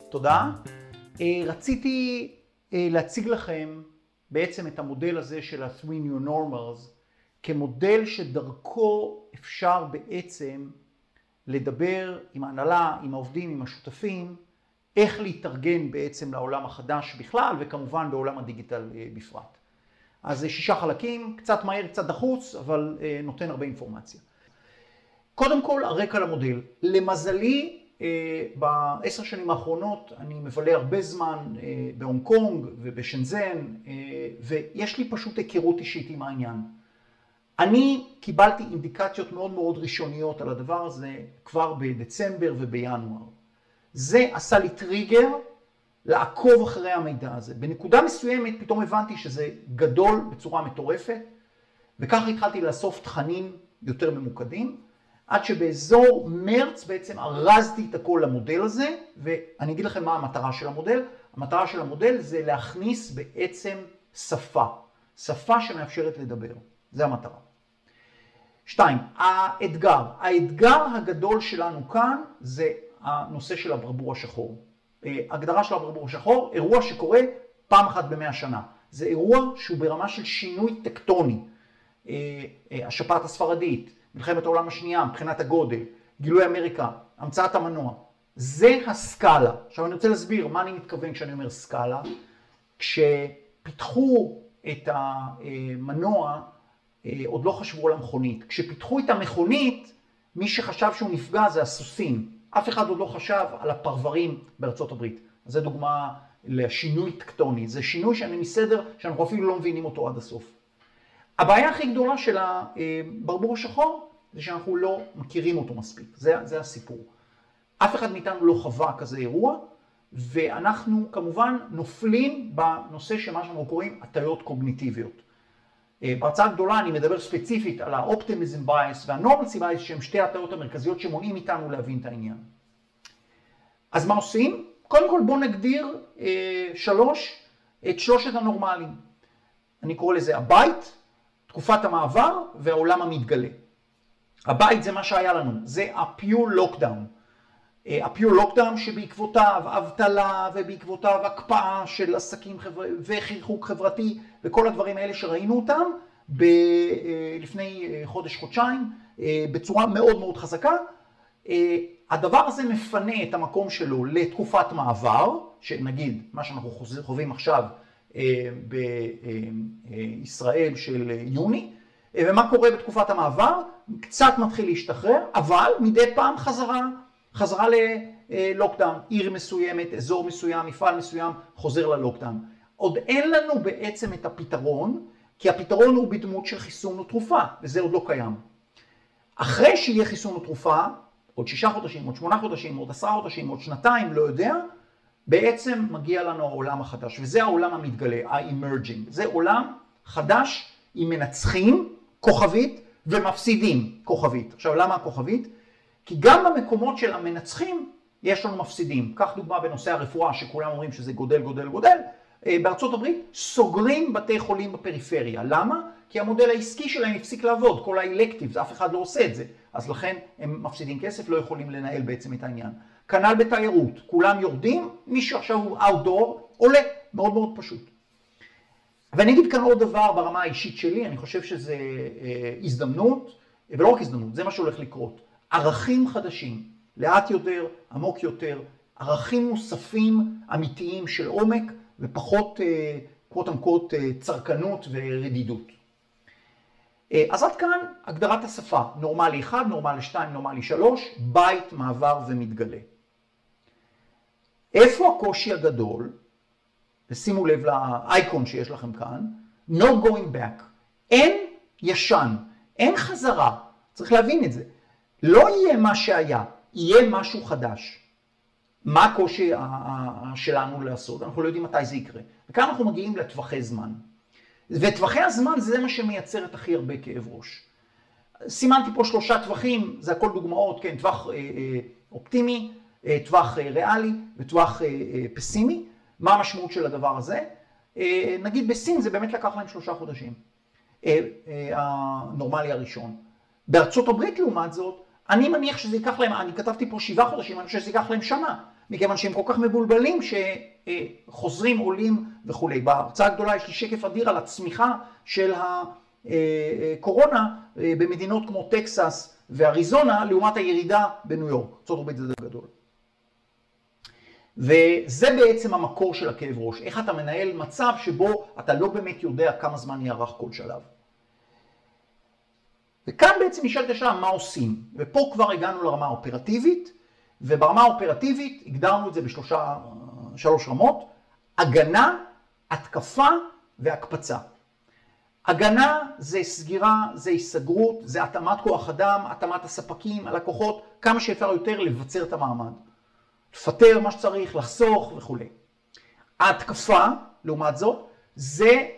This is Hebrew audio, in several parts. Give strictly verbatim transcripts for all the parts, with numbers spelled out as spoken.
תודה. רציתי להציג לכם בעצם את המודל הזה של ה-three new normals כמודל שדרכו אפשר בעצם לדבר עם ההנהלה, עם העובדים, עם השותפים, איך להתארגן בעצם לעולם החדש בכלל וכמובן בעולם הדיגיטל בפרט. אז זה שישה חלקים, קצת מהר, קצת דחוץ, אבל נותן הרבה אינפורמציה. קודם כל, הרקע למודל. למזלי, בעשר שנים האחרונות אני מבלה הרבה זמן בהונג קונג ובשנזן, ויש לי פשוט היכרות אישית עם העניין. אני קיבלתי אינדיקציות מאוד מאוד ראשוניות על הדבר הזה כבר בדצמבר ובינואר. זה עשה לי טריגר לעקוב אחרי המידע הזה. בנקודה מסוימת פתאום הבנתי שזה גדול בצורה מטורפת, וככה התחלתי לאסוף תכנים יותר ממוקדים, עד שבאזור מרץ בעצם ארזתי את הכל למודל הזה, ואני אגיד לכם מה המטרה של המודל. המטרה של המודל זה להכניס בעצם שפה, שפה שמאפשרת לדבר. זה המטרה. שתיים, האתגר. האתגר הגדול שלנו כאן זה הנושא של הברבור השחור. הגדרה של הברבור השחור, אירוע שקורה פעם אחת במאה שנה. זה אירוע שהוא ברמה של שינוי טקטוני. השפעת הספרדית, מלחמת העולם השנייה, מבחינת הגודל, גילוי אמריקה, המצאת המנוע. זה הסקאלה. עכשיו אני רוצה להסביר מה אני מתכוון כשאני אומר סקאלה. כשפיתחו את המנוע, עוד לא חשבו על המכונית. כשפיתחו את המכונית, מי שחשב שהוא נפגע זה הסוסים. אף אחד עוד לא חשב על הפרברים בארצות הברית. אז זו דוגמה לשינוי טקטוני. זה שינוי שאני מסדר, שאנחנו אפילו לא מבינים אותו עד הסוף. הבעיה הכי גדולה של הברבור השחור זה שאנחנו לא מכירים אותו מספיק. זה, זה הסיפור. אף אחד מאיתנו לא חווה כזה אירוע, ואנחנו כמובן נופלים בנושא שמה שאנחנו קוראים הטיות קוגניטיביות. בהרצאה הגדולה אני מדבר ספציפית על האופטימיזם בייס והנורמלסי בייס, שהם שתי הטיות המרכזיות שמונעים איתנו להבין את העניין. אז מה עושים? קודם כל בואו נגדיר אה, שלוש, את שלושת הנורמלים. אני קורא לזה הבית, תקופת המעבר והעולם המתגלה. הבית זה מה שהיה לנו, זה הפיור לוקדאון. הפיור לוקדאון שבעקבותיו אבטלה ובעקבותיו הקפאה של עסקים חבר... וחיכוך חברתי וכל הדברים האלה שראינו אותם ב... לפני חודש-חודשיים בצורה מאוד מאוד חזקה. הדבר הזה מפנה את המקום שלו לתקופת מעבר, שנגיד מה שאנחנו חווים עכשיו בישראל של יוני, ומה קורה בתקופת המעבר? קצת מתחיל להשתחרר, אבל מדי פעם חזרה, חזרה ללוקדאון, עיר מסוימת, אזור מסוים, מפעל מסוים, חוזר ללוקדאון. עוד אין לנו בעצם את הפתרון, כי הפתרון הוא בדמות של חיסון ותרופה, וזה עוד לא קיים. אחרי שיהיה חיסון ותרופה, עוד שישה חודשים, עוד שמונה חודשים, עוד עשרה חודשים, עוד שנתיים, לא יודע, בעצם מגיע לנו העולם החדש, וזה העולם המתגלה, ה-emerging. זה עולם חדש עם מנצחים, כוכבית, ומפסידים, כוכבית. עכשיו, למה הכוכבית? כי גם במקומות של המנצחים יש לנו מפסידים. כך דוגמה בנושא הרפואה, שכולם אומרים שזה גודל, גודל, גודל. בארצות הברית סוגרים בתי חולים בפריפריה. למה? כי המודל העסקי שלהם הפסיק לעבוד, כל האלקטיבס, אף אחד לא עושה את זה. אז לכן הם מפסידים כסף, לא יכולים לנהל בעצם את העניין. כנ"ל בתיירות, כולם יורדים, מי שעכשיו הוא outdoor עולה, מאוד מאוד פשוט. ואני אגיד כאן עוד דבר ברמה האישית שלי, אני חושב שזה אה, הזדמנות, ולא רק הזדמנות, זה מה שהולך לקרות. ערכים חדשים, לאט יותר, עמוק יותר, ערכים נוספים אמיתיים של עומק, ופחות אה, קוט אנקוט אה, צרכנות ורדידות. אה, אז עד כאן הגדרת השפה, נורמלי אחד, נורמלי שתיים, נורמלי שלוש, בית, מעבר ומתגלה. איפה הקושי הגדול? ושימו לב לאייקון שיש לכם כאן, no going back. אין ישן, אין חזרה, צריך להבין את זה. לא יהיה מה שהיה, יהיה משהו חדש. מה הקושי שלנו לעשות? אנחנו לא יודעים מתי זה יקרה. וכאן אנחנו מגיעים לטווחי זמן. וטווחי הזמן זה מה שמייצר את הכי הרבה כאב ראש. סימנתי פה שלושה טווחים, זה הכל דוגמאות, כן, טווח אה, אה, אופטימי, אה, טווח אה, ריאלי וטווח אה, אה, פסימי. מה המשמעות של הדבר הזה? אה, נגיד בסין זה באמת לקח להם שלושה חודשים. אה, אה, הנורמלי הראשון. בארצות הברית לעומת זאת, אני מניח שזה ייקח להם, אני כתבתי פה שבעה חודשים, אני חושב שזה ייקח להם שנה. מכיוון שהם כל כך מבולבלים שחוזרים, עולים וכולי. בהרצאה הגדולה יש לי שקף אדיר על הצמיחה של הקורונה במדינות כמו טקסס ואריזונה, לעומת הירידה בניו יורק. ארצות הברית זה גדול. וזה בעצם המקור של הכאב ראש. איך אתה מנהל מצב שבו אתה לא באמת יודע כמה זמן יארך כל שלב. וכאן בעצם נשאלת השאלה מה עושים. ופה כבר הגענו לרמה האופרטיבית, וברמה האופרטיבית הגדרנו את זה בשלושה, שלוש רמות, הגנה, התקפה והקפצה. הגנה זה סגירה, זה היסגרות, זה התאמת כוח אדם, התאמת הספקים, הלקוחות, כמה שאפשר יותר לבצר את המעמד. לפטר מה שצריך, לחסוך וכו'. ההתקפה, לעומת זאת, זה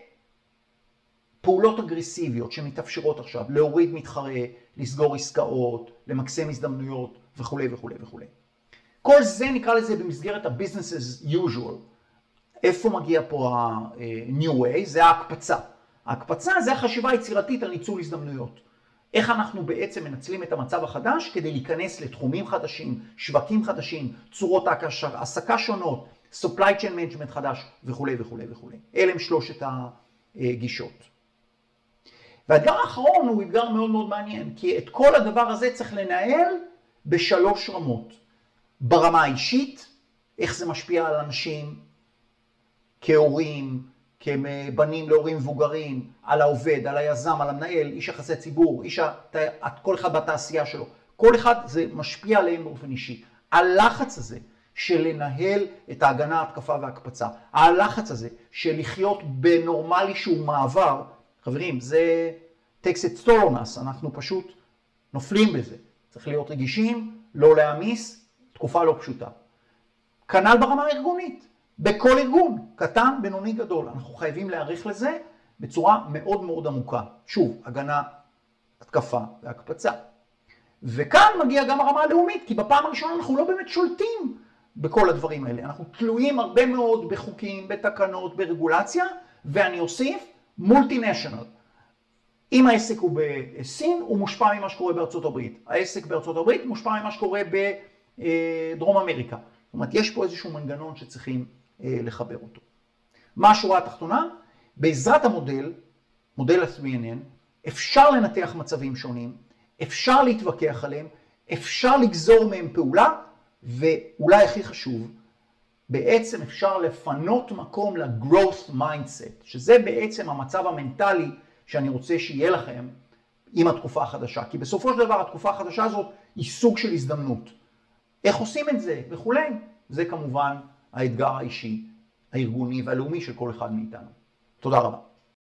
פעולות אגרסיביות שמתאפשרות עכשיו, להוריד מתחרה, לסגור עסקאות, למקסם הזדמנויות וכו' וכו' וכו'. כל זה נקרא לזה במסגרת ה-business as usual. איפה מגיע פה ה-new way? זה ההקפצה. ההקפצה זה החשיבה היצירתית על ניצול הזדמנויות. איך אנחנו בעצם מנצלים את המצב החדש כדי להיכנס לתחומים חדשים, שווקים חדשים, צורות העסקה שונות, supply chain management חדש וכו' וכו' וכו'. אלה הם שלושת הגישות. והאתגר האחרון הוא אתגר מאוד מאוד מעניין, כי את כל הדבר הזה צריך לנהל בשלוש רמות. ברמה האישית, איך זה משפיע על אנשים כהורים, כבנים להורים מבוגרים, על העובד, על היזם, על המנהל, איש יחסי ציבור, איש, כל אחד בתעשייה שלו. כל אחד זה משפיע עליהם באופן אישי. הלחץ הזה של לנהל את ההגנה, ההתקפה וההקפצה, הלחץ הזה של לחיות בנורמלי שהוא מעבר, חברים, זה takes it toll on us, אנחנו פשוט נופלים בזה. צריך להיות רגישים, לא להעמיס, תקופה לא פשוטה. כנ"ל ברמה הארגונית. בכל ארגון, קטן, בינוני, גדול. אנחנו חייבים להעריך לזה בצורה מאוד מאוד עמוקה. שוב, הגנה, התקפה והקפצה. וכאן מגיע גם הרמה הלאומית, כי בפעם הראשונה אנחנו לא באמת שולטים בכל הדברים האלה. אנחנו תלויים הרבה מאוד בחוקים, בתקנות, ברגולציה, ואני אוסיף, מולטינשיונל. אם העסק הוא בסין, הוא מושפע ממה שקורה בארצות הברית. העסק בארצות הברית מושפע ממה שקורה בדרום אמריקה. זאת אומרת, יש פה איזשהו מנגנון שצריכים לחבר אותו. מה השורה התחתונה? בעזרת המודל, מודל ה-תרי אן אן, אפשר לנתח מצבים שונים, אפשר להתווכח עליהם, אפשר לגזור מהם פעולה, ואולי הכי חשוב, בעצם אפשר לפנות מקום ל-growth mindset, שזה בעצם המצב המנטלי שאני רוצה שיהיה לכם עם התקופה החדשה. כי בסופו של דבר התקופה החדשה הזאת היא סוג של הזדמנות. איך עושים את זה וכולי? זה כמובן האתגר האישי, הארגוני והלאומי של כל אחד מאיתנו. תודה רבה.